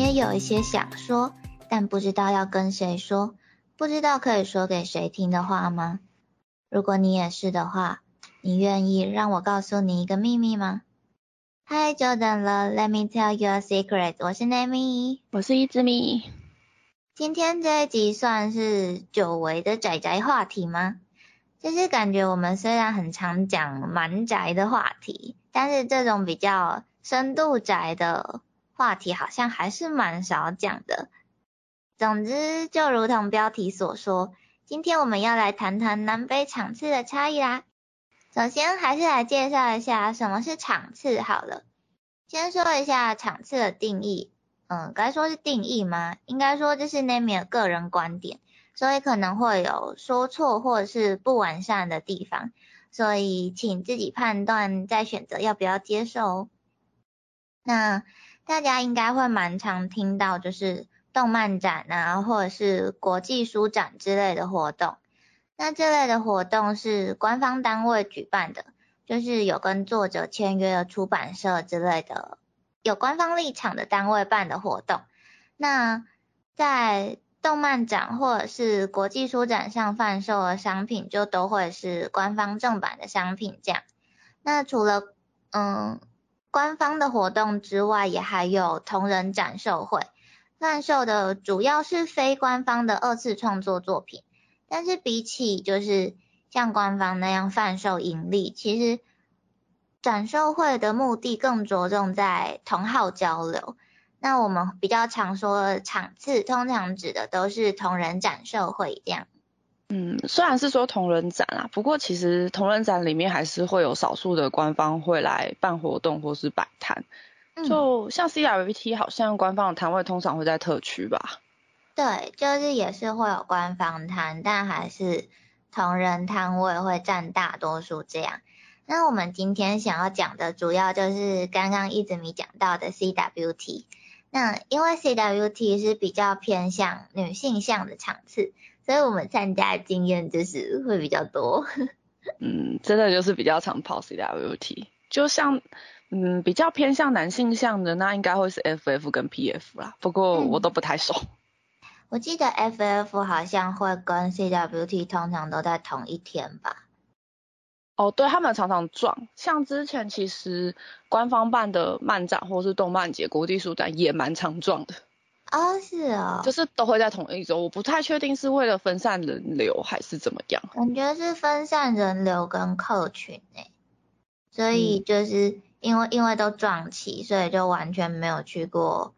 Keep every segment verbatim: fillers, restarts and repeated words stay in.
也有一些想说，但不知道要跟谁说，不知道可以说给谁听的话吗？如果你也是的话，你愿意让我告诉你一个秘密吗？嗨，久等了 ，Let me tell you a secret， 我是 Nami， 我是一只米。 今天这一集算是久违的宅宅话题吗？就是感觉我们虽然很常讲蛮宅的话题，但是这种比较深度宅的话题好像还是蛮少讲的。总之，就如同标题所说，今天我们要来谈谈南北场次的差异啦。首先还是来介绍一下什么是场次好了。先说一下场次的定义，嗯，该说是定义吗？应该说这是 Nami 的个人观点，所以可能会有说错或者是不完善的地方，所以请自己判断再选择要不要接受哦。那大家应该会蛮常听到就是动漫展啊，或者是国际书展之类的活动。那这类的活动是官方单位举办的，就是有跟作者签约的出版社之类的，有官方立场的单位办的活动。那在动漫展或者是国际书展上贩售的商品，就都会是官方正版的商品这样。那除了嗯官方的活动之外，也还有同人展售会，贩售的主要是非官方的二次创作作品。但是比起就是像官方那样贩售盈利，其实展售会的目的更着重在同好交流。那我们比较常说的场次，通常指的都是同人展售会这样。 嗯，虽然是说同人展啦，不过其实同人展里面还是会有少数的官方会来办活动或是摆摊。就像 C W T 好像官方的摊位通常会在特区吧。 对，就是也是会有官方摊，但还是同人摊位会占大多数这样。那我们今天想要讲的主要就是刚刚一直没讲到的 C W T。那因为 C W T 是比较偏向女性向的场次，所以我们参加的经验就是会比较多。 嗯，真的就是比较常跑 C W T。就像嗯比较偏向男性向的，那应该会是 F F 跟 P F 啦，不过我都不太熟。嗯， 我记得 F F 好像会跟 C W T 通常都在同一天吧。 哦，对，他们常常撞，像之前其实官方办的漫展或是动漫节、国际书展也蛮常撞的。 哦，是哦， 就是都会在同一周，我不太确定是为了分散人流还是怎么样。 感觉是分散人流跟客群诶，所以就是因为、嗯、因为都撞齐，所以就完全没有去过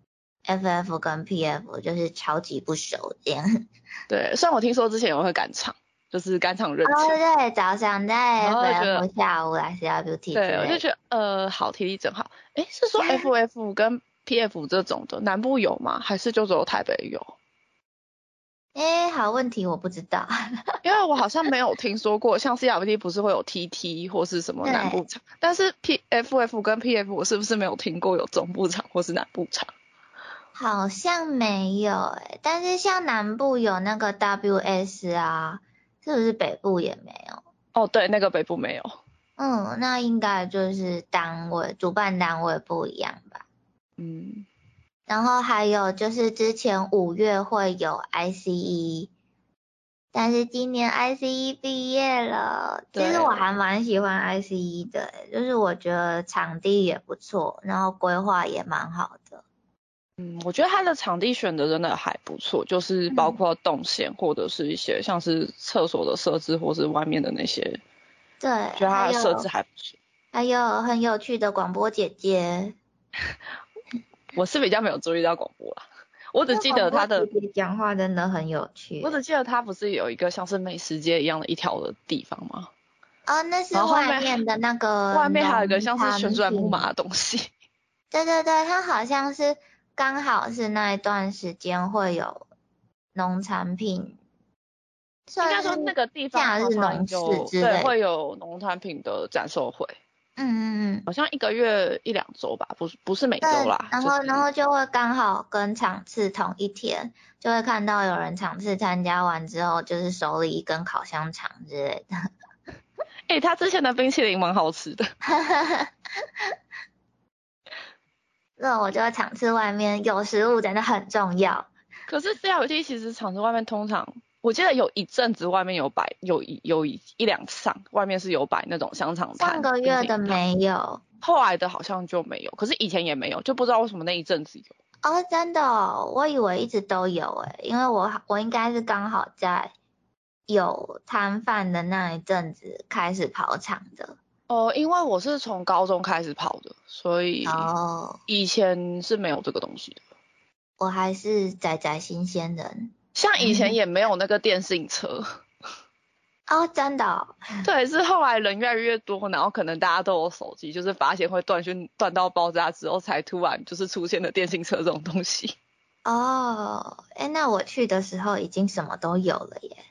F F 跟 P F， 就是超级不熟这样。 对，虽然我听说之前我会赶场，就是赶场认哦， 钱。 对，早上在 F F， 下午来 C W T 之类的。 对，我就觉得呃，好，体力真好。诶，是说 F F 跟 P F 这种的南部有吗？还是就只有台北有？ 诶，好问题，我不知道。 因为我好像没有听说过，像 C W T 不是会有 T T 或是什么南部场，但是 P F F 跟 P F 我是不是没有听过有中部场或是南部场？ 好像没有诶，但是像南部有那个 W S 啊，是不是北部也没有？ 哦，对，那个北部没有。 嗯，那应该就是单位，主办单位不一样吧。 嗯。 然后还有就是之前五月会有 I C E， 但是今年 I C E 毕业了。其实我还蛮喜欢 I C E 的，就是我觉得场地也不错，然后规划也蛮好的。 嗯，我觉得它的场地选的真的还不错，就是包括动线或者是一些像是厕所的设置或是外面的那些， 对， 觉得它的设置还不错。 还有很有趣的广播姐姐。 我是比较没有注意到广播啦，我只记得他的姐姐讲话真的很有趣。 我只记得他不是有一个像是美食街一样的一条的地方吗？ 哦，那是外面的那个， 外面还有一个像是旋转木马的东西。 对对对，它好像是刚好是那一段时间会有农产品， 应该说那个地方像是农市之类的， 对，会有农产品的展售会。 嗯嗯嗯， 好像一个月一两周吧，不是不是每周啦。 然后、 就是、 然后就会刚好跟场次同一天，就会看到有人场次参加完之后，就是手里一根烤香肠之类的。 哎、欸，他之前的冰淇淋蛮好吃的。 那我觉得场次外面有食物真的很重要。 可是 C R T 其实场子外面通常，我记得有一阵子外面有摆，有一有一一两场外面是有摆那种香肠摊。 上个月的没有， 后来的好像就没有，可是以前也没有，就不知道为什么那一阵子有。 哦，真的哦，我以为一直都有诶，因为我我应该是刚好在有摊贩的那一阵子开始跑场的。 哦，因为我是从高中开始跑的，所以以前是没有这个东西的。 我还是宅宅新鲜人， 像以前也没有那个电信车。 哦，真的哦。 对，是后来人越来越多，然后可能大家都有手机，就是发现会断讯断到爆炸之后，才突然就是出现了电信车这种东西。 哦，哎，那我去的时候已经什么都有了耶。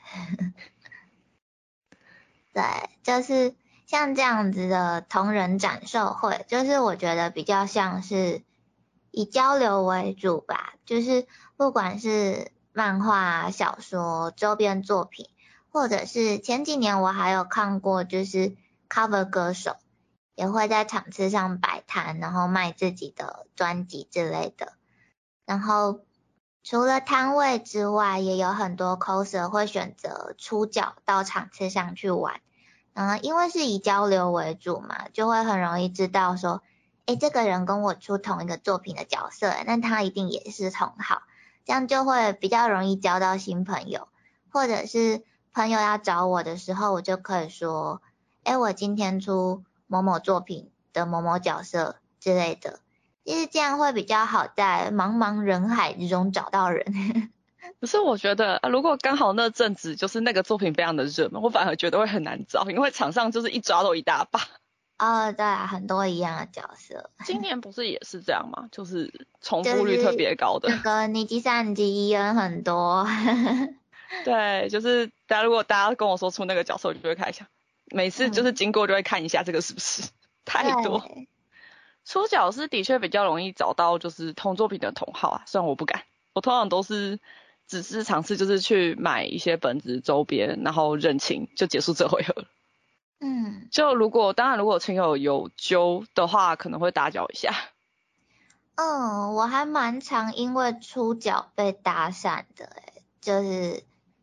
对，就是像这样子的同人展售会，就是我觉得比较像是以交流为主吧，就是不管是漫画、小说、周边作品，或者是前几年我还有看过，就是 cover 歌手也会在场次上摆摊，然后卖自己的专辑之类的。然后除了摊位之外，也有很多 coser 会选择出脚到场次上去玩。嗯，因为是以交流为主嘛，就会很容易知道说，诶，这个人跟我出同一个作品的角色，那他一定也是同好，这样就会比较容易交到新朋友，或者是朋友要找我的时候，我就可以说，诶，我今天出某某作品的某某角色之类的，其实这样会比较好在茫茫人海之中找到人。 可是我觉得，如果刚好那阵子就是那个作品非常的热门，我反而觉得会很难找，因为场上就是一抓都一大把。 哦，对啊，很多一样的角色。 今年不是也是这样吗？就是重复率特别高的。 那个尼基三级伊恩很多。 对，就是大家如果大家跟我说出那个角色，我就会看一下，每次就是经过就会看一下这个是不是、嗯、太多。出角是的确比较容易找到就是同作品的同好啊，虽然我不敢，我通常都是只是尝试就是去买一些本子周边，然后认亲就结束这回合了。 嗯， 就如果当然如果亲友有揪的话，可能会打搅一下。 嗯，我还蛮常因为出角被搭讪的、欸，就是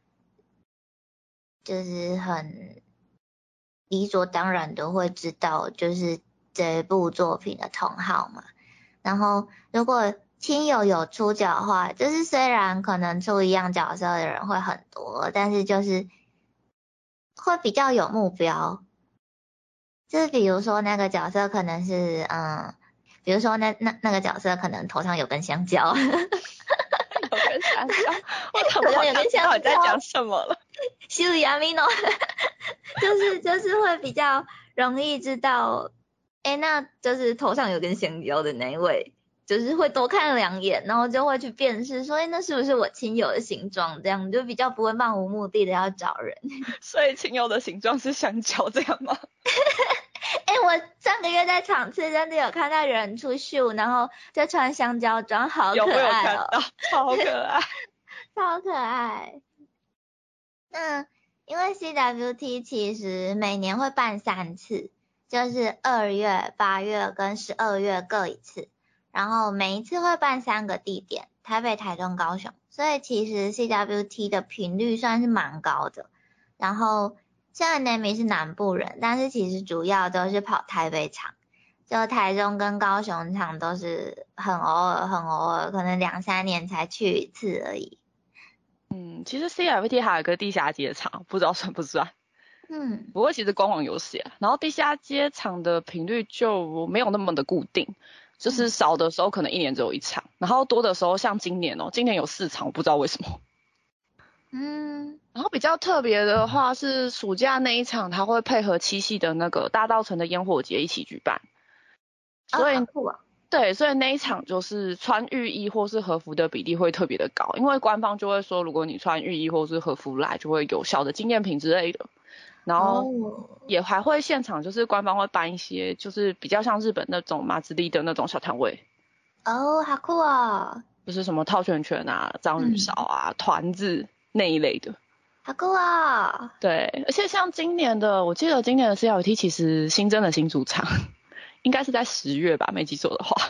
就是很理所当然的会知道就是这部作品的同好嘛。然后如果亲友有出角的话，就是虽然可能出一样角色的人会很多，但是就是会比较有目标。就是比如说那个角色可能是嗯，比如说那那那个角色可能头上有根香蕉。 有根香蕉，我头上有根香蕉，你在讲什么了？ 西里亚米诺，就是就是会比较容易知道，哎，那就是头上有根香蕉的那一位，就是会多看两眼，然后就会去辨识说，哎，那是不是我亲友的形状？这样就比较不会漫无目的的要找人。 所以亲友的形状是香蕉这样吗？ 哎、欸，我上个月在场次真的有看到人出秀，然后就穿香蕉装，好可爱哦！ 有没有看到？超可爱， 超可爱。那因为 C W T 其实每年会办三次，就是二月、八月跟十二月各一次，然后每一次会办三个地点，台北、台中、高雄，所以其实 C W T 的频率算是蛮高的。然后虽然 Nami 是南部人，但是其实主要都是跑台北场，就台中跟高雄场都是很偶尔很偶尔，可能两三年才去一次而已。 嗯，其实 C W T 还有一个地下街场，不知道算不算。 嗯， 不过其实官网有写，然后地下街场的频率就没有那么的固定，就是少的时候可能一年只有一场，然后多的时候像今年哦，今年有四场，我不知道为什么。 嗯， 然后比较特别的话是暑假那一场，它会配合七夕的那个大稻埕的烟火节一起举办，所以、 哦酷啊、 对，所以那一场就是穿浴衣或是和服的比例会特别的高，因为官方就会说，如果你穿浴衣或是和服来，就会有小的纪念品之类的。然后也还会现场就是官方会办一些就是比较像日本那种马自立的那种小摊位。 哦，好酷啊！ 就是什么套圈圈啊、章鱼烧啊、团、嗯、子那一类的。 好酷啊！ 对，而且像今年的，我记得今年的 C L T 其实新增了新主场，应该是在十月吧，没记错的话。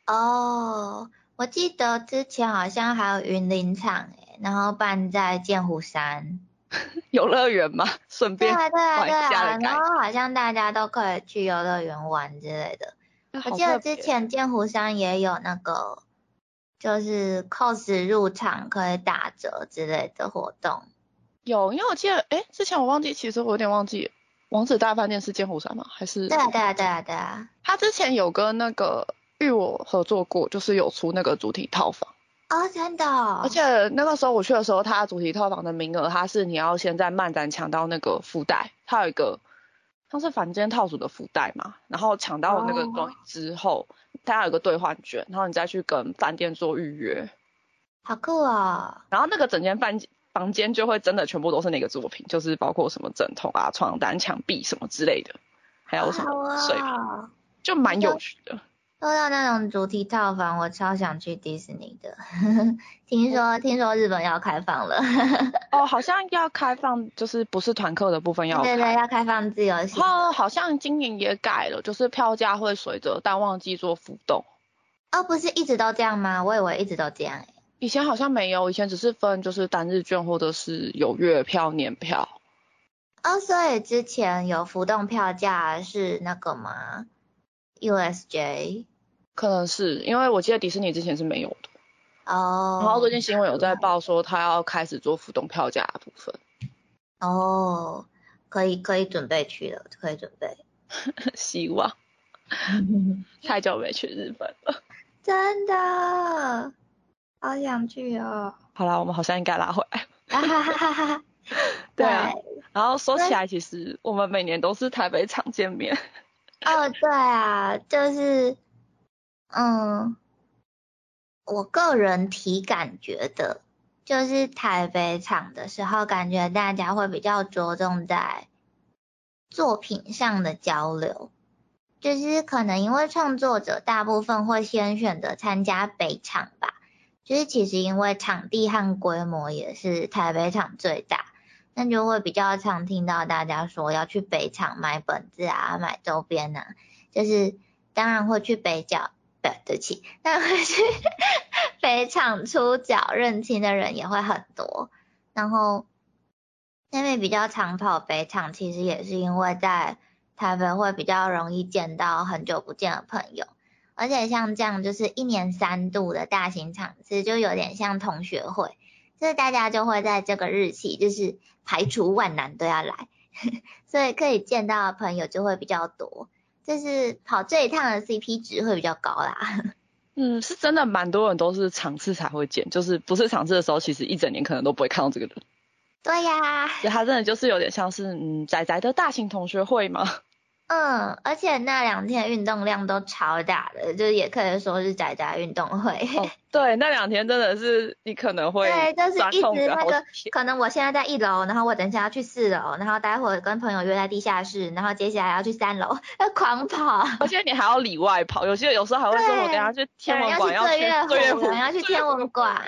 哦，我记得之前好像还有云林场诶，然后办在剑湖山。 游乐园嘛，顺便对啊，对啊， 玩一下对啊， 的概念。 然后好像大家都可以去游乐园玩之类的。 哎我记得好特别。 之前剑湖山也有那个，就是 cos 入场可以打折之类的活动。 有，因为我记得，哎，之前我忘记，其实我有点忘记，王子大饭店是剑湖山吗？还是？ 对啊，对啊，对啊，对啊。 他之前有跟那个玉我合作过，就是有出那个主题套房。 哦，真的哦。 而且那个时候我去的时候，它主题套房的名额，它是你要先在漫展抢到那个福袋，它有一个像是房间套组的福袋嘛，然后抢到那个东西哦， 之后，它有一个兑换券，然后你再去跟饭店做预约， 好酷哦。 然后那个整间饭房间就会真的全部都是那个作品，就是包括什么枕头啊、床单、墙壁什么之类的，还有什好好么水瓶， 哦。 就蛮有趣的。 说到那种主题套房，我超想去迪士尼的。听说听说日本要开放了。 哦，好像要开放，就是不是团客的部分要开。 对对，要开放自由行。 然后好像今年也改了，就是票价会随着淡旺季做浮动。 哦，不是一直都这样吗？我以为一直都这样诶。 以前好像没有，以前只是分就是单日券或者是有月票、年票。 哦，所以之前有浮动票价是那个吗？U S J。 可能是因为我记得迪士尼之前是没有的， 哦。 然后最近新闻有在报说他要开始做浮动票价的部分。 哦，可以可以准备去了，可以准备。 希望。太久没去日本了。 真的，好想去哦。 好啦，我们好像应该拉回来。 啊哈哈哈哈。 对啊，然后说起来，其实我们每年都是台北场见面。 哦，对啊，就是，嗯，我个人体感觉的，就是台北场的时候，感觉大家会比较着重在作品上的交流，就是可能因为创作者大部分会先选择参加北场吧，就是其实因为场地和规模也是台北场最大，那就会比较常听到大家说要去北场买本子啊，买周边啊，就是当然会去北角，不对不起，当然会去北场出脚认亲的人也会很多，然后那边比较常跑北场，其实也是因为在台北会比较容易见到很久不见的朋友，而且像这样就是一年三度的大型场次，就有点像同学会，就是大家就会在这个日期，就是排除万难都要来，所以可以见到的朋友就会比较多，就是跑这一趟的 C P 值会比较高啦。 嗯，是真的蛮多人都是场次才会见，就是不是场次的时候，其实一整年可能都不会看到这个人。 对呀。 所以他真的就是有点像是嗯仔仔的大型同学会嘛。 嗯，而且那两天运动量都超大的，就也可以说是宅宅运动会。 哦，对，那两天真的是你可能会对，就是一直那个， 天可能我现在在一楼，然后我等一下要去四楼，然后待会儿跟朋友约在地下室，然后接下来要去三楼，要狂跑。 而且你还要里外跑，有些有时候还会说我等一下去天文馆， 要去醉月湖， 有人要去天文馆，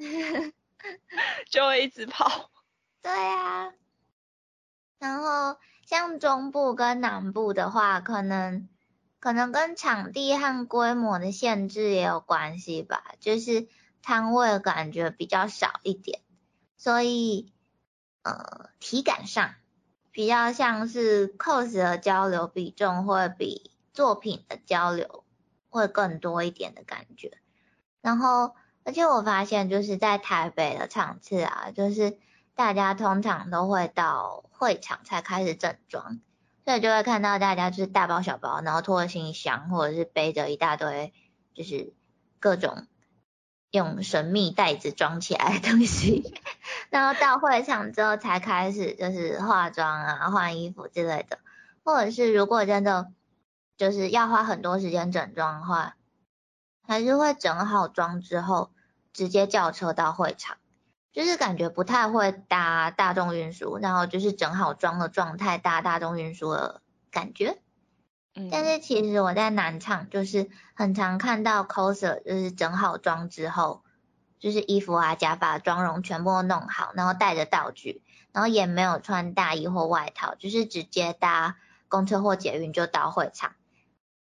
就会一直跑。 对啊。然后像中部跟南部的话，可能可能跟场地和规模的限制也有关系吧，就是摊位感觉比较少一点，所以呃体感上比较像是 cos 的交流比重会比作品的交流会更多一点的感觉。然后而且我发现就是在台北的场次啊，就是大家通常都会到会场才开始整装，所以就会看到大家就是大包小包，然后拖着行李箱或者是背着一大堆就是各种用神秘袋子装起来的东西，然后到会场之后才开始就是化妆啊、换衣服之类的，或者是如果真的就是要花很多时间整装的话，还是会整好妆之后直接叫车到会场。就是感觉不太会搭大众运输，然后就是整好妆的状态搭大众运输的感觉。嗯，但是其实我在南场就是很常看到 coser 就是整好妆之后，就是衣服啊、假发、妆容全部都弄好，然后带着道具，然后也没有穿大衣或外套，就是直接搭公车或捷运就到会场。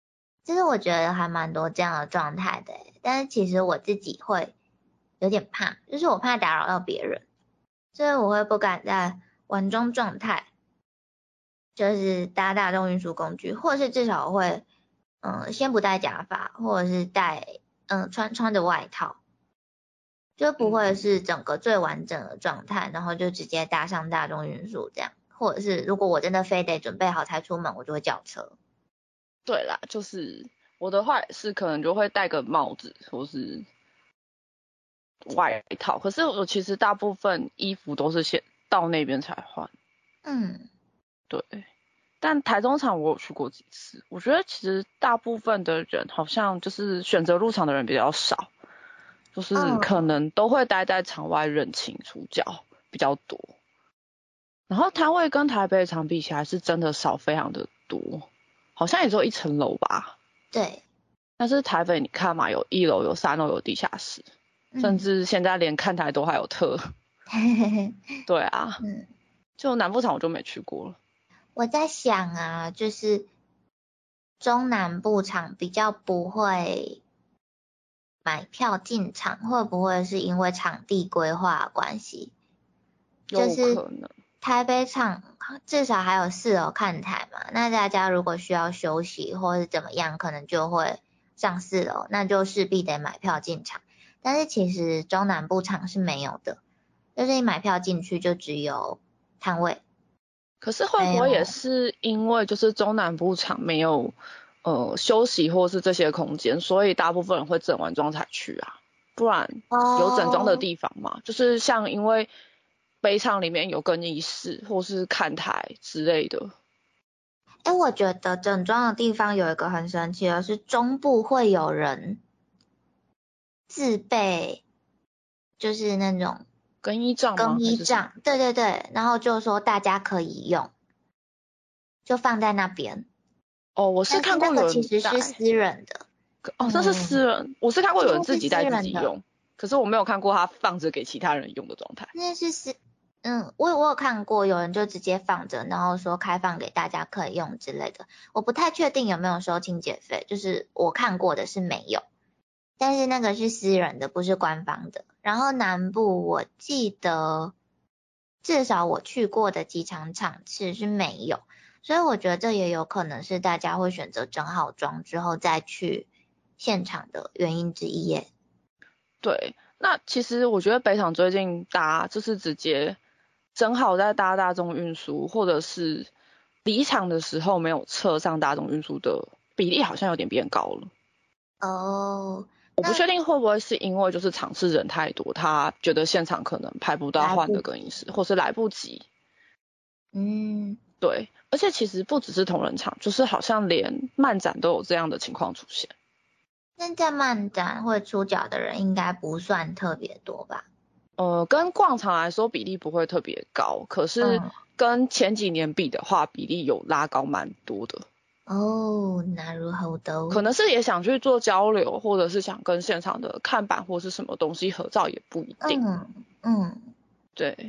其实我觉得还蛮多这样的状态的，但是其实我自己会有点怕，就是我怕打扰到别人，所以我会不敢在晚中状态就是搭大众运输工具，或者是至少会嗯先不戴假发，或者是戴嗯穿穿着外套，就不会是整个最完整的状态，然后就直接搭上大众运输这样，或者是如果我真的非得准备好才出门，我就会叫车。 对啦，就是我的话也是可能就会戴个帽子或是外套，可是我其实大部分衣服都是先到那边才换。 嗯， 对。但台中场我有去过几次，我觉得其实大部分的人好像就是选择入场的人比较少，就是可能都会待在场外认亲出脚比较多。然后摊位跟台北场比起来是真的少非常的多，好像也只有一层楼吧。 对。 但是台北你看嘛，有一楼有三楼有地下室，嗯、甚至现在连看台都还有特。对啊，嗯，就南部场我就没去过了。 我在想啊，就是中南部场比较不会买票进场，会不会是因为场地规划的关系？ 有可能。 台北场至少还有四楼看台嘛，那大家如果需要休息或是怎么样，可能就会上四楼，那就势必得买票进场。但是其实中南部场是没有的，就是你买票进去就只有摊位。 可是会不会也是因为就是中南部场没有呃休息或是这些空间，所以大部分人会整完妆才去啊？不然有整妆的地方嘛？ Oh. 就是像因为北场里面有更衣室或是看台之类的。 哎，我觉得整妆的地方有一个很神奇的是，中部会有人自备，就是那种更衣帐吗？ 更衣帐，对对对，然后就说大家可以用，就放在那边。 哦，我是看过有人但是那个其实是私人的。 哦，那是私人、嗯，我是看过有人自己带自己用，可是我没有看过他放着给其他人用的状态。 那是私，嗯，我我有看过有人就直接放着，然后说开放给大家可以用之类的。我不太确定有没有收清洁费，就是我看过的是没有，但是那个是私人的，不是官方的。然后南部我记得至少我去过的几场场次是没有，所以我觉得这也有可能是大家会选择整好妆之后再去现场的原因之一耶。 对，那其实我觉得北场最近搭就是直接正好在搭大众运输，或者是离场的时候没有撤上大众运输的比例好像有点变高了。 哦， 我不确定会不会是因为就是场次人太多，他觉得现场可能排不到换的更衣室，或是来不及。 嗯， 对，而且其实不只是同仁场，就是好像连漫展都有这样的情况出现。 那在漫展会出脚的人应该不算特别多吧？ 呃，跟逛场来说比例不会特别高，可是跟前几年比的话，比例有拉高蛮多的。 哦，那如何的？ 可能是也想去做交流，或者是想跟现场的看板或是什么东西合照，也不一定。 嗯嗯， 对。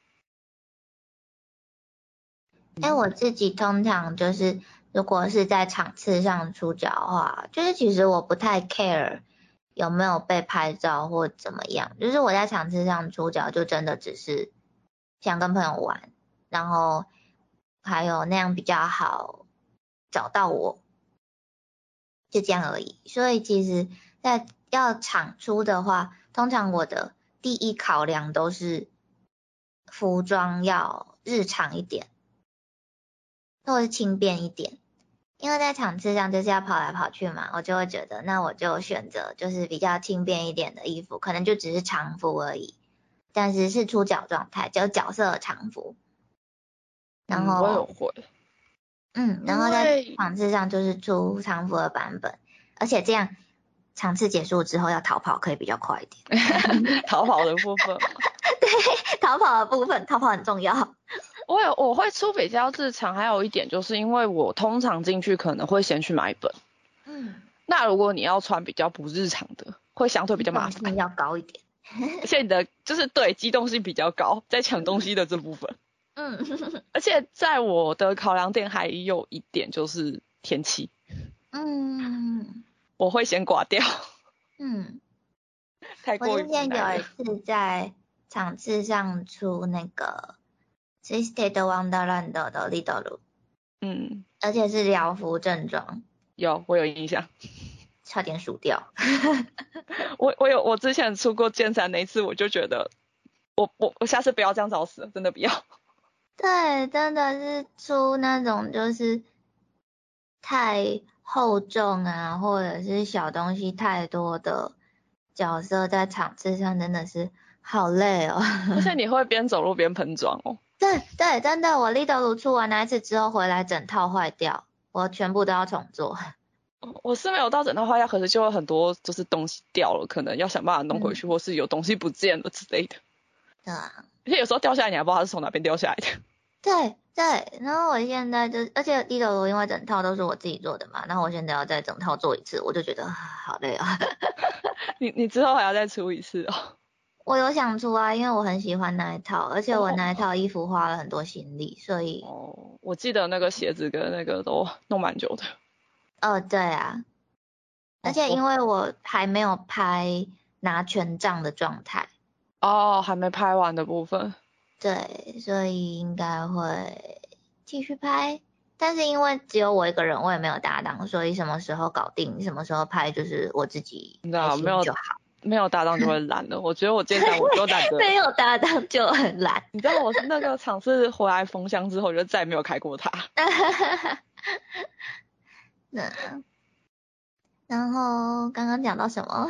哎，我自己通常就是，如果是在场次上出脚的话，就是其实我不太 care 有没有被拍照或怎么样，就是我在场次上出脚，就真的只是想跟朋友玩，然后还有那样比较好找到我，就这样而已。所以其实，在要场出的话，通常我的第一考量都是服装要日常一点。或是轻便一点，因为在场次上就是要跑来跑去嘛，我就会觉得那我就选择就是比较轻便一点的衣服，可能就只是常服而已，但是是出脚状态，就角色的常服。然后、 嗯、我有会， 嗯，然后在场次上就是出常服的版本，而且这样场次结束之后要逃跑可以比较快一点。 逃跑的部分对，逃跑的部分，逃跑很重要。 我有我会出比较日常，还有一点就是因为我通常进去可能会先去买本，嗯，那如果你要穿比较不日常的，会相对比较麻烦， 要高一点， 而且你的就是对机动性比较高，在抢东西的这部分，嗯，而且在我的考量点还有一点就是天气， 嗯， 我会先刮掉。 嗯， 太过于我之前有一无奈了。 次在场次上出那个 Twisted Wonderland 的 Lidl， 嗯， 而且是疗服正装， 有，我有印象。 差点输掉。 我我有，我之前出过剑山那一次，我就觉得，我我我下次不要这样找死了，真的不要。 对，真的是出那种就是太厚重啊，或者是小东西太多的角色在场次上，真的是好累哦。 而且你会边走路边喷装哦。 对对，真的，我利德鲁出完那一次之后回来整套坏掉，我全部都要重做。 我是没有到整套坏掉，可是就有很多就是东西掉了，可能要想办法弄回去， 嗯、 或是有东西不见了之类的。 对啊， 而且有时候掉下来你还不知道它是从哪边掉下来的。 对对，然后我现在就，而且利德鲁因为整套都是我自己做的嘛，然后我现在要再整套做一次，我就觉得好累啊。 你你之后还要再出一次哦。 我有想出啊，因为我很喜欢那一套，而且我那一套衣服花了很多心力，所以哦，我记得那个鞋子跟那个都弄蛮久的。 哦对啊，而且因为我还没有拍拿全杖的状态， 哦，还没拍完的部分。 对，所以应该会继续拍，但是因为只有我一个人，我也没有搭档，所以什么时候搞定，什么时候拍，就是我自己开心就好。 没有搭档就会懒了。我觉得我今天我就懒得。 没有搭档就很懒。 你知道我那个场次回来封箱之后，我就再也没有开过它。 那然后刚刚讲到什么？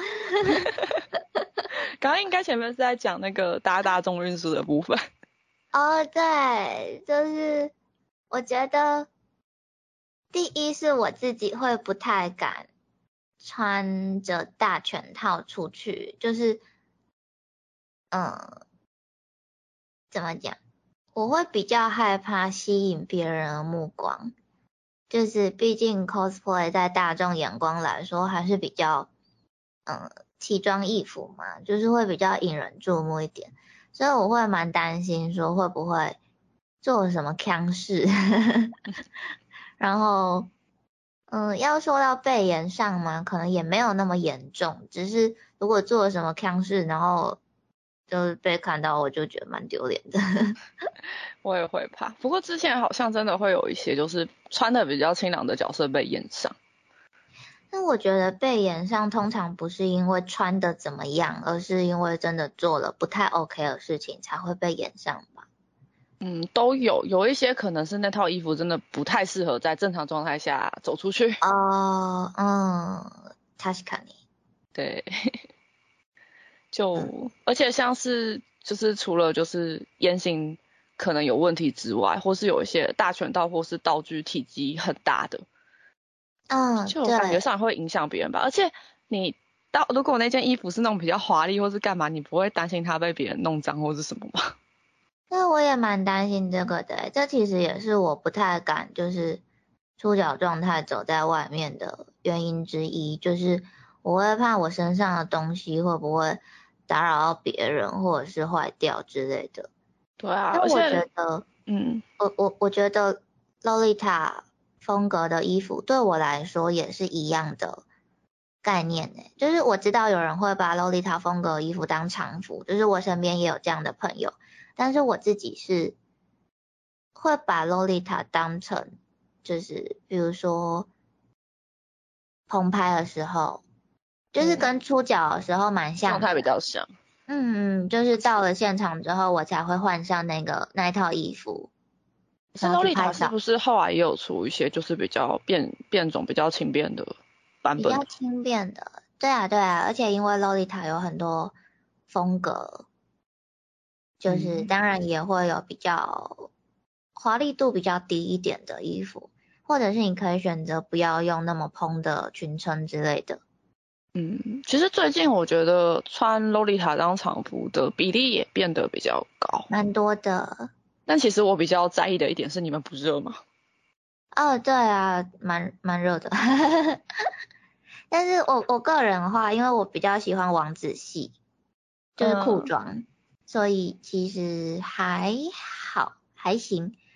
刚刚应该前面是在讲那个搭大众运输的部分。 哦，对，就是我觉得第一是我自己会不太敢穿着大全套出去，就是嗯，怎么讲？我会比较害怕吸引别人的目光，就是毕竟 cosplay 在大众眼光来说还是比较嗯奇装异服嘛，就是会比较引人注目一点，所以我会蛮担心说会不会做什么腔事，然后嗯要说到背炎上嘛，可能也没有那么严重，只是如果做了什么腔事，然后就是被看到，我就觉得蛮丢脸的。 我也会怕，不过之前好像真的会有一些就是穿的比较清凉的角色被炎上。 但我觉得被炎上通常不是因为穿的怎么样，而是因为真的做了不太 OK 的事情才会被炎上吧。 嗯，都有，有一些可能是那套衣服真的不太适合在正常状态下走出去。 哦，嗯，確かに。 对。就、嗯、而且像是就是除了就是言行可能有问题之外，或是有一些大拳套或是道具体积很大的， 嗯， 就感觉上会影响别人吧。而且你到如果那件衣服是那种比较华丽或是干嘛，你不会担心它被别人弄脏或是什么吗？ 对，我也蛮担心这个的，这其实也是我不太敢就是出脚状态走在外面的原因之一，就是我会怕我身上的东西会不会打扰到别人或者是坏掉之类的。 对啊， 但我觉得， 嗯， 我我我觉得洛丽塔风格的衣服对我来说也是一样的概念呢，就是我知道有人会把洛丽塔风格的衣服当常服，就是我身边也有这样的朋友。但是我自己是会把洛丽塔当成，就是比如说棚拍的时候，就是跟出脚的时候蛮像的， 状态比较像。 嗯嗯，就是到了现场之后，我才会换上那个那一套衣服。 是洛丽塔是不是后来也有出一些就是比较变变种、比较轻便的版本？ 比较轻便的，对啊对啊，而且因为洛丽塔有很多风格。就是当然也会有比较华丽度比较低一点的衣服，或者是你可以选择不要用那么蓬的裙撑之类的。 嗯，其实最近我觉得穿洛丽塔当常服的比例也变得比较高， 蛮多的。 但其实我比较在意的一点是你们不热吗？ 哦，对啊，蛮蛮热的。但是我我个人的话，因为我比较喜欢王子系，就是裤装。嗯，所以其实还好还行，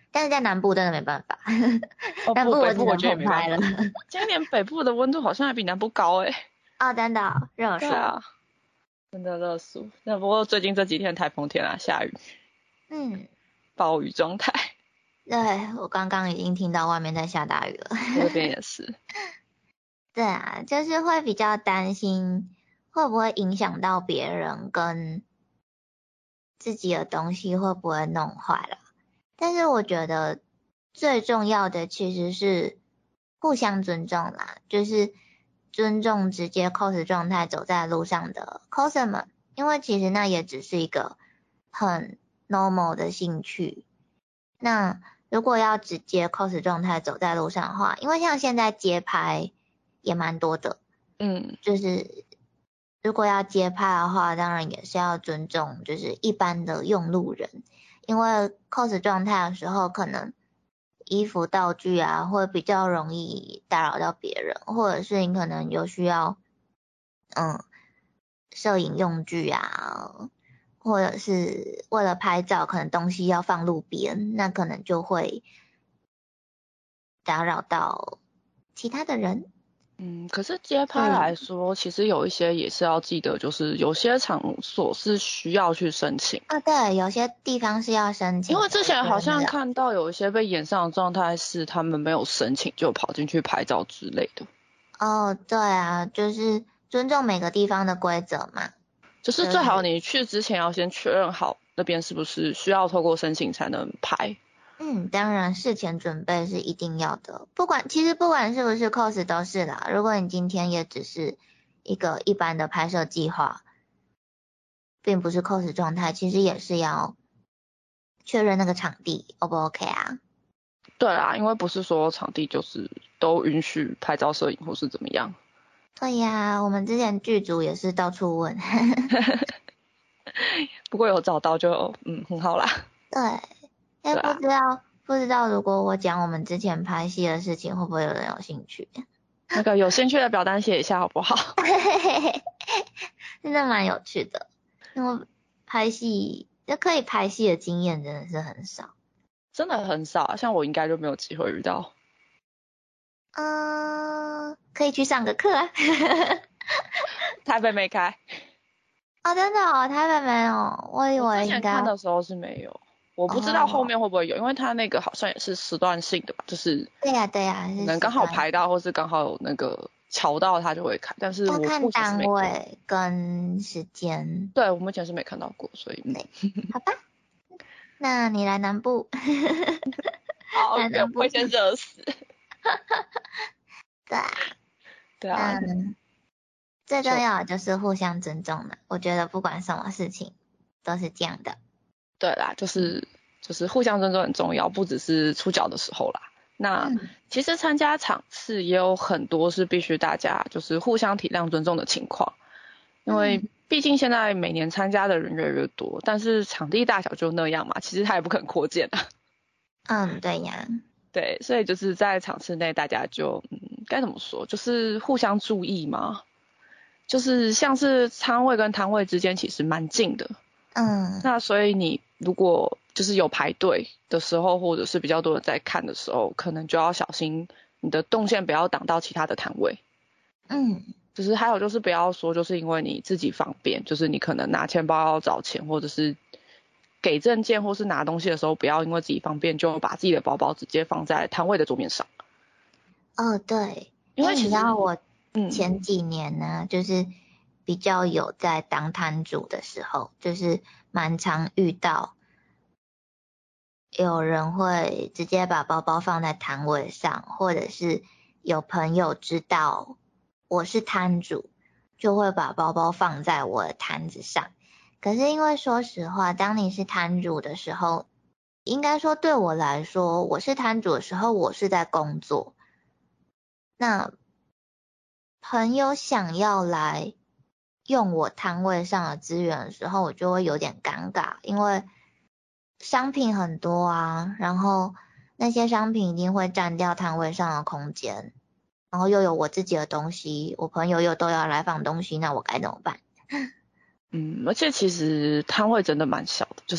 但是在南部真的没办法， 哦南部不，北部我我只能觉得也没办棚拍了。 法。今年北部的温度好像还比南部高哎。 哦，真的哦，热暑。 对啊，真的热暑。那不过最近这几天台风天啊，下雨， 嗯， 暴雨状态。 对，我刚刚已经听到外面在下大雨了。 我这边也是。 对啊，就是会比较担心会不会影响到别人跟自己的东西会不会弄坏了。但是我觉得最重要的其实是互相尊重啦，就是尊重直接 cos 状态走在路上的 coser 们，因为其实那也只是一个很 normal 的兴趣。那如果要直接 cos 状态走在路上的话，因为像现在街拍也蛮多的， 嗯， 就是如果要街拍的话，当然也是要尊重就是一般的用路人，因为 cos 状态的时候，可能衣服道具啊会比较容易打扰到别人，或者是你可能有需要嗯摄影用具啊，或者是为了拍照，可能东西要放路边，那可能就会打扰到其他的人。 嗯，可是街拍来说，其实有一些也是要记得，就是有些场所是需要去申请。 啊，对，有些地方是要申请的。 因为之前好像我觉得看到有一些被延上的状态是他们没有申请就跑进去拍照之类的。 哦，对啊，就是尊重每个地方的规则嘛。 就是最好你去之前要先确认好那边是不是需要透过申请才能拍。 嗯，当然事前准备是一定要的，不管其实不管是不是 cos 都是啦。如果你今天也只是一个一般的拍摄计划，并不是 cos 状态，其实也是要确认那个场地 O 不 OK 啊？ 对啦，因为不是说场地就是都允许拍照摄影或是怎么样。 对呀，我们之前剧组也是到处问。 不过有找到就嗯很好啦。 对，哎、 对啊， 不知道不知道如果我讲我们之前拍戏的事情，会不会有人有兴趣？ 那个有兴趣的表单写一下好不好？ 真的蛮有趣的，因为拍戏就可以拍戏的经验真的是很少。 真的很少，像我应该就没有机会遇到。 嗯，可以去上个课啊。 台北没开。 哦，真的哦，台北没有，我以我之前为应该。 看的时候是没有，我不知道后面会不会有，因为它那个好像也是时段性的吧，就是对呀、对呀、 可能刚好排到或是刚好有那个瞧到它就会开，但是要我看单目前是没看。 位跟时间。 对，我目前是没看到过，所以嗯。 好吧，那你来南部。 好， 来南部会先热死。 对啊， 对啊， 嗯，最重要的就是互相尊重嘛。我觉得不管什么事情都是这样的。 对啦，就是就是互相尊重很重要，不只是出脚的时候啦。那、 嗯、 其实参加场次也有很多是必须大家就是互相体谅尊重的情况，因为毕竟现在每年参加的人越来越多，但是场地大小就那样嘛，其实它也不可能扩建啊。 嗯，对呀。 对，所以就是在场次内大家就嗯该怎么说，就是互相注意嘛，就是像是摊位跟摊位之间其实蛮近的。 嗯， 那所以你如果就是有排队的时候，或者是比较多人在看的时候，可能就要小心你的动线不要挡到其他的摊位。 嗯， 就是还有就是不要说就是因为你自己方便，就是你可能拿钱包要找钱，或者是给证件或是拿东西的时候，不要因为自己方便就把自己的包包直接放在摊位的桌面上。 哦，对， 因为其实你知道我嗯前几年呢，就是比较有在当摊主的时候，就是蛮常遇到有人会直接把包包放在摊位上，或者是有朋友知道我是摊主，就会把包包放在我的摊子上。可是因为说实话，当你是摊主的时候，应该说对我来说，我是摊主的时候，我是在工作。那朋友想要来用我摊位上的资源的时候，我就会有点尴尬，因为商品很多啊，然后那些商品一定会占掉摊位上的空间，然后又有我自己的东西，我朋友又都要来放东西，那我该怎么办？ 嗯，而且其实摊位真的蛮小的，就是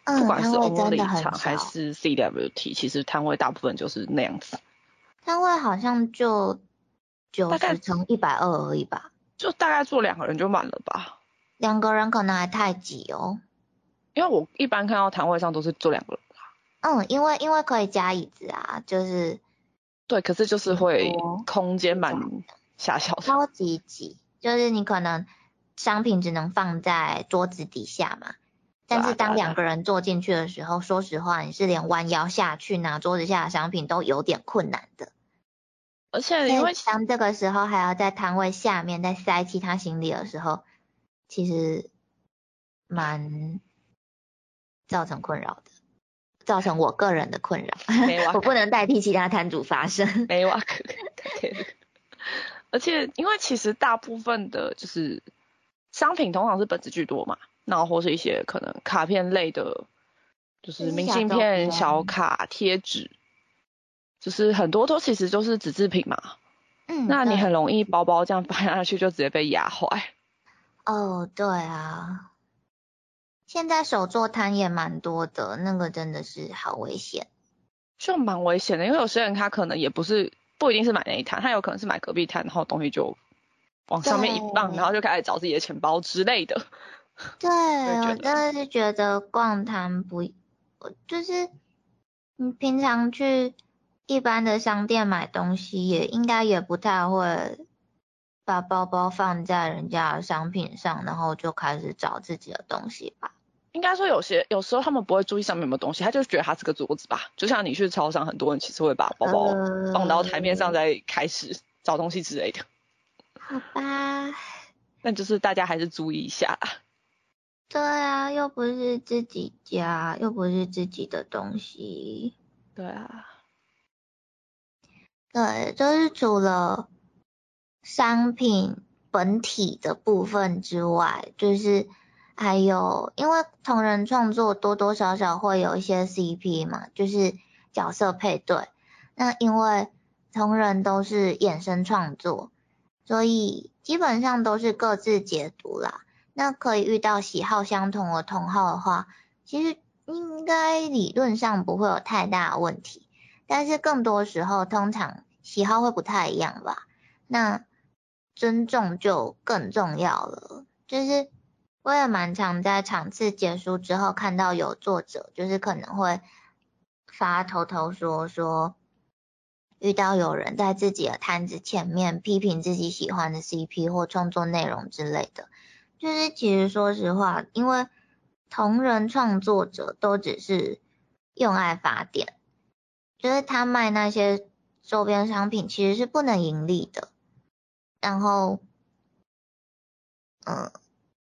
嗯， 不管是摊位真的 Only 很场还少， 是 C W T， 其实摊位大部分就是那样子。 摊位好像就九大概十乘一百二而已吧， 就大概坐两个人就满了吧。 两个人可能还太挤哦。 因为我一般看到摊位上都是坐两个人啦。 嗯，因为因为可以加椅子啊，就是对，可是就是会多空间蛮狭小的。 超级挤，就是你可能商品只能放在桌子底下嘛，但是当两个人坐进去的时候，说实话，你是连弯腰下去拿桌子下的商品都有点困难的。 而且因为当这个时候还要在摊位下面再塞其他行李的时候，其实蛮造成困扰的，造成我个人的困扰。我不能代替其他摊主发声。 没哇可可以。而且因为其实大部分的就是商品通常是本子居多嘛，然后或是一些可能卡片类的，就是明信片、小卡、贴纸，就是很多都其实就是纸制品嘛。 嗯， 那你很容易包包这样放下去就直接被压坏。 哦，对啊，现在手作摊也蛮多的，那个真的是好危险。 就蛮危险的，因为有些人他可能也不是不一定是买那一摊，他有可能是买隔壁摊，然后东西就往上面一放，然后就开始找自己的钱包之类的。 对，我真的是觉得逛摊不，就是你平常去一般的商店买东西，也应该也不太会把包包放在人家的商品上，然后就开始找自己的东西吧。 应该说有些有时候他们不会注意上面有没有东西，他就觉得它是个桌子吧。就像你去超商，很多人其实会把包包放到台面上再开始找东西之类的。 好吧。 但就是大家还是注意一下啦。 对啊，又不是自己家，又不是自己的东西。 对啊。 对，就是除了商品本体的部分之外，就是还有，因为同人创作多多少少会有一些 C P 嘛，就是角色配对。那因为同人都是衍生创作，所以基本上都是各自解读啦。那可以遇到喜好相同的同好的话，其实应该理论上不会有太大的问题。但是更多时候，通常喜好会不太一样吧。那尊重就更重要了。就是我也蛮常在场次结束之后看到有作者，就是可能会发偷偷说说，遇到有人在自己的摊子前面批评自己喜欢的 C P 或创作内容之类的。就是其实说实话，因为同人创作者都只是用爱发电。就是他卖那些周边商品其实是不能盈利的，然后，嗯，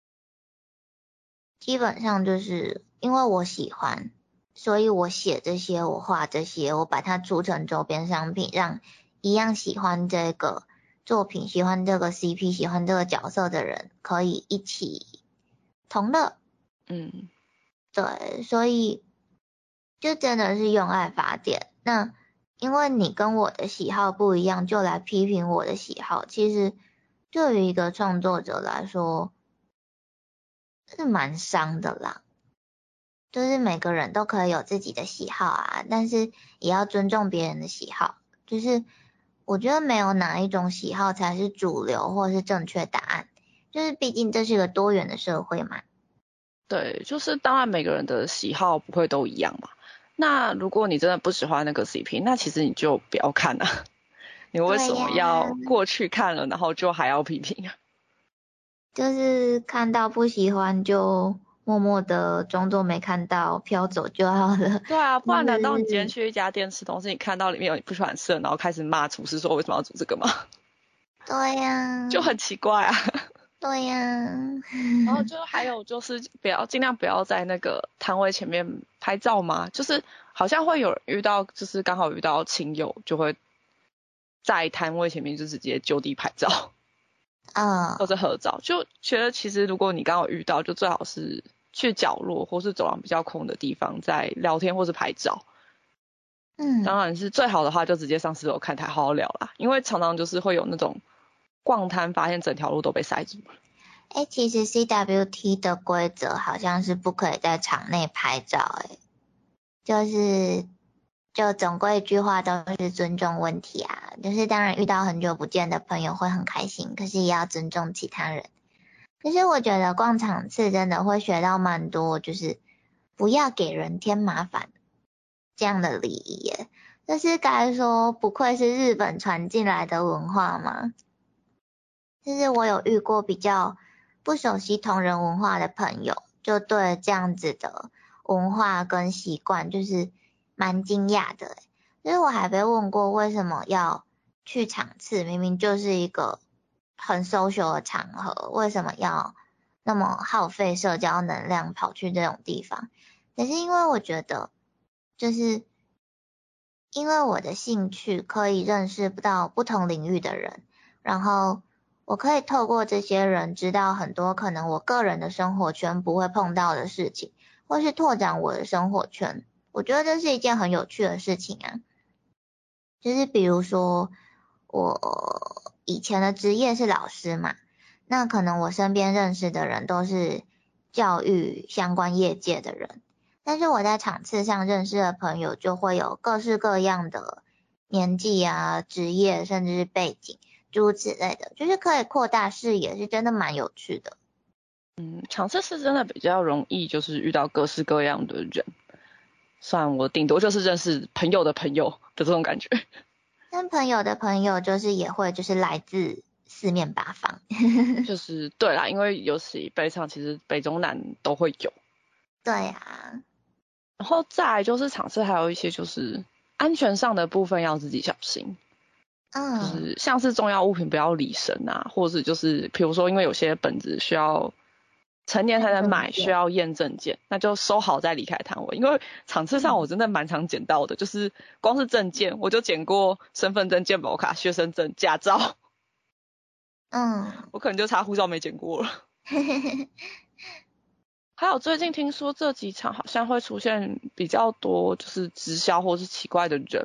基本上就是因为我喜欢，所以我写这些，我画这些，我把它出成周边商品，让一样喜欢这个作品、喜欢这个 C P、喜欢这个角色的人可以一起同乐。 嗯， 对，所以就真的是用爱发电。那因为你跟我的喜好不一样，就来批评我的喜好，其实对于一个创作者来说是蛮伤的啦。就是每个人都可以有自己的喜好啊，但是也要尊重别人的喜好。就是我觉得没有哪一种喜好才是主流或是正确答案，就是毕竟这是个多元的社会嘛。 对，就是当然每个人的喜好不会都一样嘛。那如果你真的不喜欢那个 C P， 那其实你就不要看啊。你为什么要过去看了，然后就还要批评啊？ 就是看到不喜欢就默默的装作没看到，飘走就好了。 对啊，不然难道你今天去一家店吃东西，你看到里面有你不喜欢吃的，然后开始骂厨师说为什么要煮这个吗？ 对呀、啊， 就很奇怪啊。 对呀、啊， 然后就还有就是不要尽量不要在那个摊位前面拍照嘛，就是好像会有人遇到，就是刚好遇到亲友就会在摊位前面就直接就地拍照， 嗯， 或者合照，就觉得其实如果你刚好遇到，就最好是去角落或是走廊比较空的地方在聊天或是拍照。 嗯， 当然是最好的话就直接上四楼看台好好聊啦，因为常常就是会有那种逛摊发现整条路都被塞住了。 诶，其实 C W T 的规则好像是不可以在场内拍照，诶，就是就总归一句话都是尊重问题啊，就是当然遇到很久不见的朋友会很开心，可是也要尊重其他人。可是我觉得逛场次真的会学到蛮多，就是不要给人添麻烦这样的礼仪耶。这是该说不愧是日本传进来的文化吗？就是我有遇过比较不熟悉同人文化的朋友，就对这样子的文化跟习惯就是蛮惊讶的。就是我还被问过为什么要去场次，明明就是一个很 social 的场合，为什么要那么耗费社交能量跑去这种地方？可是因为我觉得，就是因为我的兴趣可以认识到不同领域的人，然后我可以透过这些人知道很多可能我个人的生活圈不会碰到的事情，或是拓展我的生活圈。我觉得这是一件很有趣的事情啊。就是比如说我以前的职业是老师嘛，那可能我身边认识的人都是教育相关业界的人，但是我在场次上认识的朋友就会有各式各样的年纪啊、职业甚至是背景诸如此类的，就是可以扩大视野，是真的蛮有趣的。 嗯，场次是真的比较容易，就是遇到各式各样的人。虽然我顶多就是认识朋友的朋友的这种感觉。 但朋友的朋友就是也会就是来自四面八方。 就是对啦，因为尤其北场其实北中南都会有。 对啊。 然后再来就是场次还有一些就是安全上的部分要自己小心。 嗯， 就是像是重要物品不要离身啊，或者就是比如说因为有些本子需要成年才能买，需要验证件，那就收好再离开摊位。因为场次上我真的蛮常捡到的，就是光是证件我就捡过身份证、健保卡、学生证、驾照。 嗯， 我可能就差护照没捡过了。还有最近听说这几场好像会出现比较多就是直销或是奇怪的人。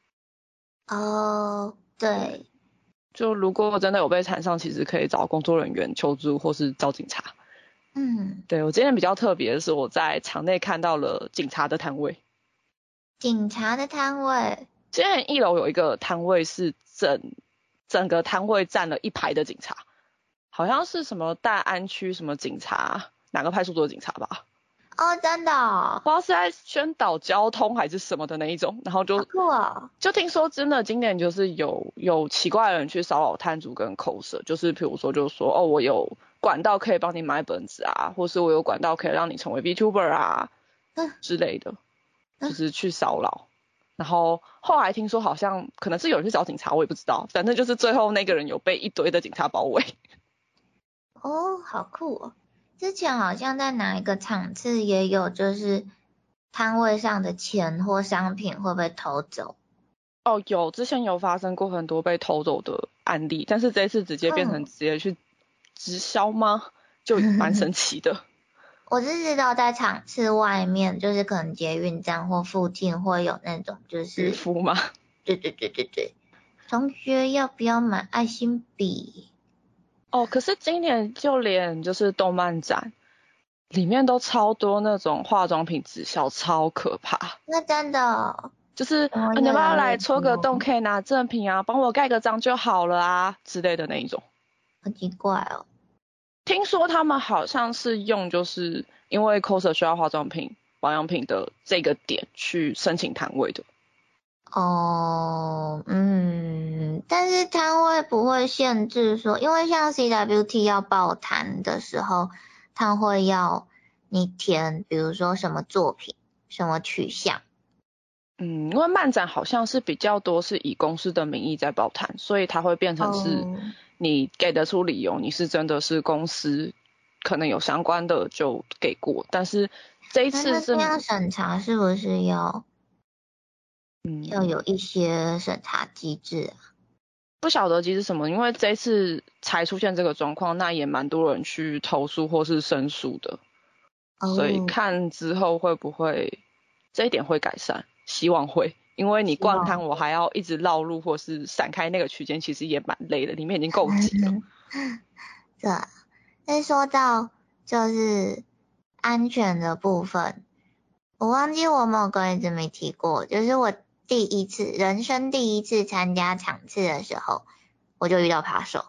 哦，对。 就如果真的有被缠上，其实可以找工作人员求助或是找警察。 嗯， 对，我今天比较特别的是我在场内看到了警察的摊位。 警察的摊位？ 今天一楼有一个摊位是整整个摊位站了一排的警察，好像是什么大安区什么警察，哪个派出所的警察吧。 哦，真的哦？ 不知道是在宣导交通还是什么的那一种，然后就好酷哦。 就听说真的今年就是有有奇怪的人去骚扰摊主跟口舌，就是比如说就是说哦我有管道可以帮你买本子啊，或是我有管道可以让你成为 VTuber 啊、嗯、之类的，就是去骚扰。然后后来听说好像可能是有人去找警察，我也不知道，反正就是最后那个人有被一堆的警察包围。 哦，好酷哦。之前好像在哪一个场次也有，就是摊位上的钱或商品会被偷走。 哦，有，之前有发生过很多被偷走的案例，但是这一次直接变成直接去直销吗？就蛮神奇的。 我是知道在场次外面，就是可能捷运站或附近会有那种就是渔夫吗？ 对对对对对。同学要不要买爱心笔？ 哦，可是今年就连就是动漫展里面都超多那种化妆品直销，超可怕。 那真的就是、 哦啊、你要不要来戳个洞可以拿赠品啊，帮我盖个章就好了啊之类的那一种。 好奇怪哦。 听说他们好像是用就是因为 coser 需要化妆品保养品的这个点去申请摊位的。 哦，嗯，但是摊位不会限制说，因为像 C W T 要报摊的时候，摊会要你填，比如说什么作品、什么取向。 嗯，因为漫展好像是比较多是以公司的名义在报摊，所以它会变成是你给得出理由，你是真的是公司可能有相关的就给过，但是这一次是那这样审查是不是要？ 嗯， 要有一些审查机制啊。 不晓得机制什么，因为这一次才出现这个状况，那也蛮多人去投诉或是申诉的，哦、所以看之后会不会这一点会改善，希望会，因为你逛摊我还要一直绕路或是闪开那个区间，其实也蛮累的，里面已经够挤了。 对， 但是说到就是安全的部分，我忘记我有没有跟你这么提过，就是我第一次人生第一次参加场次的时候，我就遇到扒手。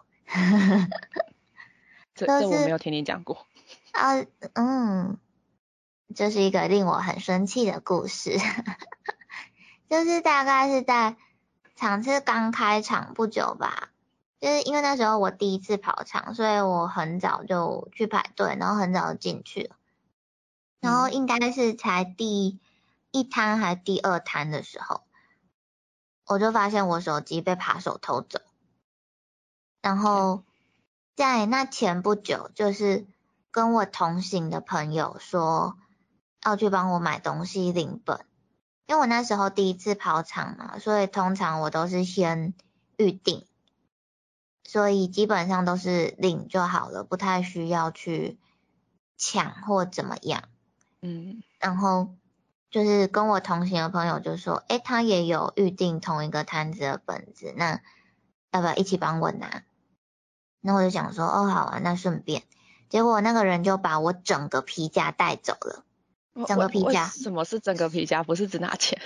这这我没有听你讲过。 啊，嗯，这是一个令我很生气的故事。就是大概是在场次刚开场不久吧，就是因为那时候我第一次跑场，所以我很早就去排队，然后很早就进去了。然后应该是才第一摊还第二摊的时候，我就发现我手机被扒手偷走。然后在那前不久，就是跟我同行的朋友说要去帮我买东西领本，因为我那时候第一次跑场嘛，所以通常我都是先预定，所以基本上都是领就好了，不太需要去抢或怎么样。 嗯， 然后就是跟我同行的朋友就说，诶，他也有预定同一个摊子的本子，那要不要一起帮我拿？那我就想说，哦，好啊，那顺便。结果那个人就把我整个皮夹带走了，整个皮夹。 为什么是整个皮夹，不是只拿钱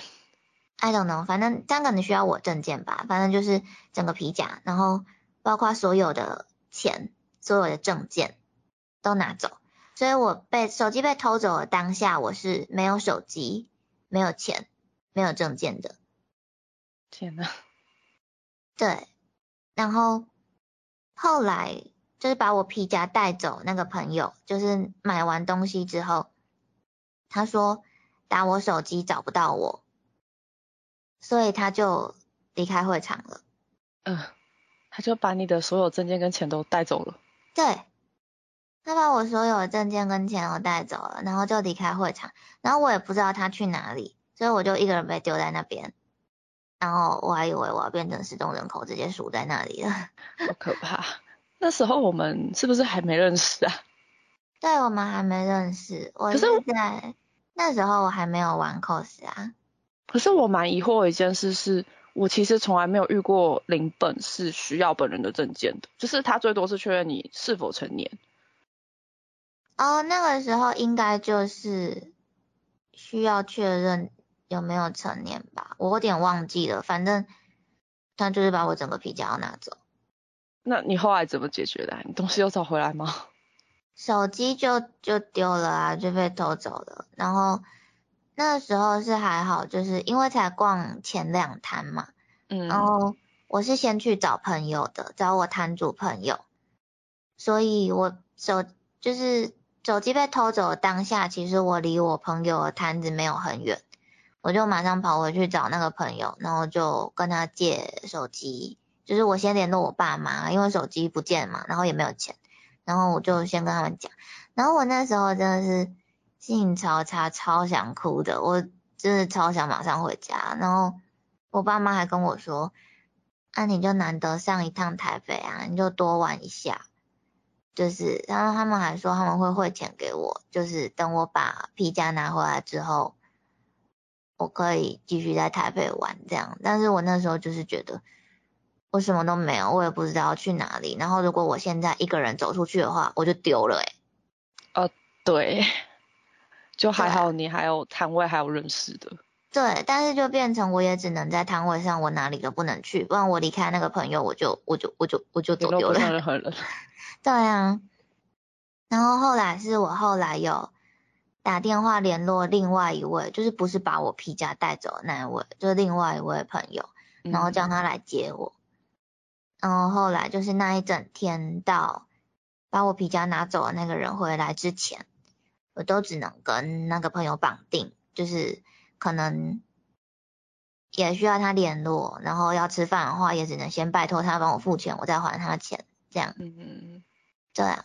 ？I don't know，反正这样可能需要我证件吧，反正就是整个皮夹，然后包括所有的钱、所有的证件都拿走。所以我被手机被偷走的当下，我是没有手机、没有钱、没有证件的。 天哪！ 对，然后后来就是把我皮夹带走那个朋友，就是买完东西之后，他说打我手机找不到我，所以他就离开会场了。 嗯，他就把你的所有证件跟钱都带走了。 对，他把我所有的证件跟钱都带走了，然后就离开会场，然后我也不知道他去哪里，所以我就一个人被丢在那边，然后我还以为我要变成失踪人口，直接数在那里了。 好可怕！那时候我们是不是还没认识啊？ 对，我们还没认识，我是在那时候我还没有玩 cos 啊。 可是我蛮疑惑的一件事是，我其实从来没有遇过领本是需要本人的证件的，就是他最多是确认你是否成年。 哦，那个时候应该就是需要确认有没有成年吧，我有点忘记了，反正他就是把我整个皮夹要拿走。 那你后来怎么解决的啊？你东西又找回来吗？ 手机就就丢了啊，就被偷走了。然后那时候是还好，就是因为才逛前两摊嘛， 嗯， 然后我是先去找朋友的，找我摊主朋友，所以我手就是手机被偷走的当下，其实我离我朋友的摊子没有很远，我就马上跑回去找那个朋友，然后就跟他借手机，就是我先联络我爸妈，因为手机不见嘛，然后也没有钱。然后我就先跟他们讲，然后我那时候真的是心情超差，超想哭的，我真的超想马上回家。然后我爸妈还跟我说，啊你就难得上一趟台北啊，你就多玩一下。就是，然后他们还说他们会汇钱给我，就是等我把皮夹拿回来之后，我可以继续在台北玩这样。但是我那时候就是觉得，我什么都没有，我也不知道要去哪里。然后如果我现在一个人走出去的话，我就丢了诶、 欸。哦，对，就还好对啊， 你还有摊位还有认识的。 对，但是就变成我也只能在摊位上，我哪里都不能去，不然我离开那个朋友，我就我就我就我就走丢了。 联络不上任何人。 对啊，然后后来是我后来有打电话联络另外一位，就是不是把我皮夹带走的那一位，就是另外一位朋友，然后叫他来接我。然后后来就是那一整天到把我皮夹拿走的那个人回来之前，我都只能跟那个朋友绑定，就是可能也需要他联络，然后要吃饭的话也只能先拜托他帮我付钱，我再还他钱，这样。 嗯嗯， 对啊，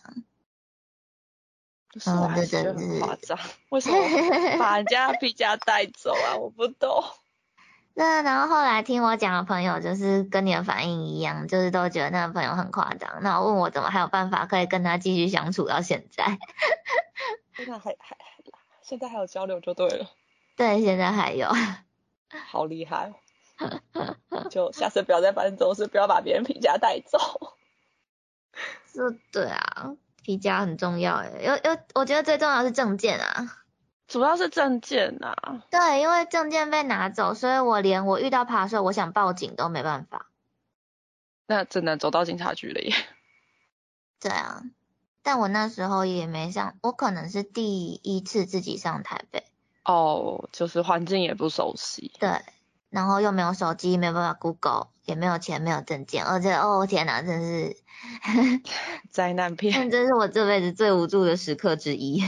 可是我嗯，这还是觉得很真是。 夸张，为什么把人家皮夹带走啊？我不懂。 对啊，然后后来听我讲的朋友，就是跟你的反应一样，就是都觉得那个朋友很夸张，然后问我怎么还有办法可以跟他继续相处到现在。 现在还还现在还有交流就对了。 对，现在还有。 好厉害哦！就下次不要再发生这种事，不要把别人皮夹带走。 是，对啊， 皮夹很重要诶，有有，我觉得最重要的是证件啊。 主要是证件啊。 对，因为证件被拿走，所以我连我遇到扒手，我想报警都没办法。 那只能走到警察局了耶。 对啊，但我那时候也没上，我可能是第一次自己上台北。 哦，就是环境也不熟悉。 对，然后又没有手机，没有办法 Google， 也没有钱，没有证件，而且哦天哪，真是灾难片。 这是我这辈子最无助的时刻之一。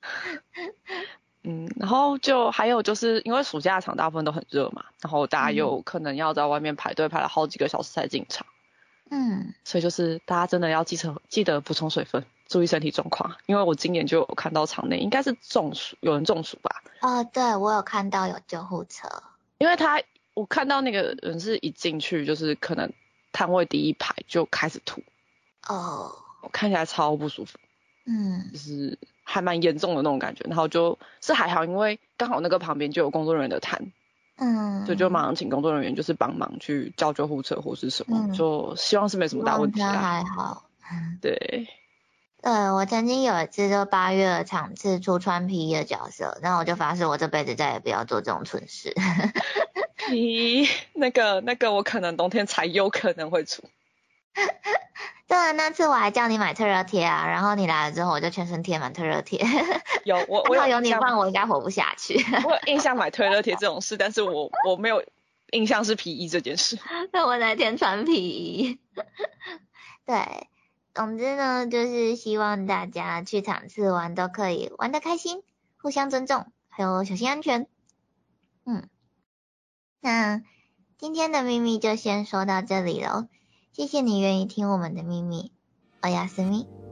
嗯，然后就还有就是因为暑假场大部分都很热嘛，然后大家有可能要在外面排队排了好几个小时才进场。嗯，所以就是大家真的要记得记得补充水分，注意身体状况。因为我今年就有看到场内应该是中暑，有人中暑吧？ 哦，对，我有看到有救护车。 因为他我看到那个人是一进去就是可能摊位第一排就开始吐。哦，我看起来超不舒服。嗯，就是还蛮严重的那种感觉，然后就是还好，因为刚好那个旁边就有工作人员的摊。嗯，所以就马上请工作人员就是帮忙去叫救护车或是什么。嗯，就希望是没什么大问题啦。 还好。 对。 对，我曾经有一次就八月的场次出穿皮衣的角色，然后我就发誓我这辈子再也不要做这种蠢事。 咦，那个那个我可能冬天才有可能会出。 对啊，那次我还叫你买特热贴啊，然后你来了之后我就全身贴满特热贴。 有我我有有你放我应该活不下去。 我有印象买特热贴这种事，但是我我没有印象是皮衣这件事。 那我那天穿皮衣。对，总之呢就是希望大家去场次玩都可以玩得开心，互相尊重，还有小心安全。嗯，那今天的秘密就先说到这里咯，谢谢你愿意听我们的秘密，おやすみ。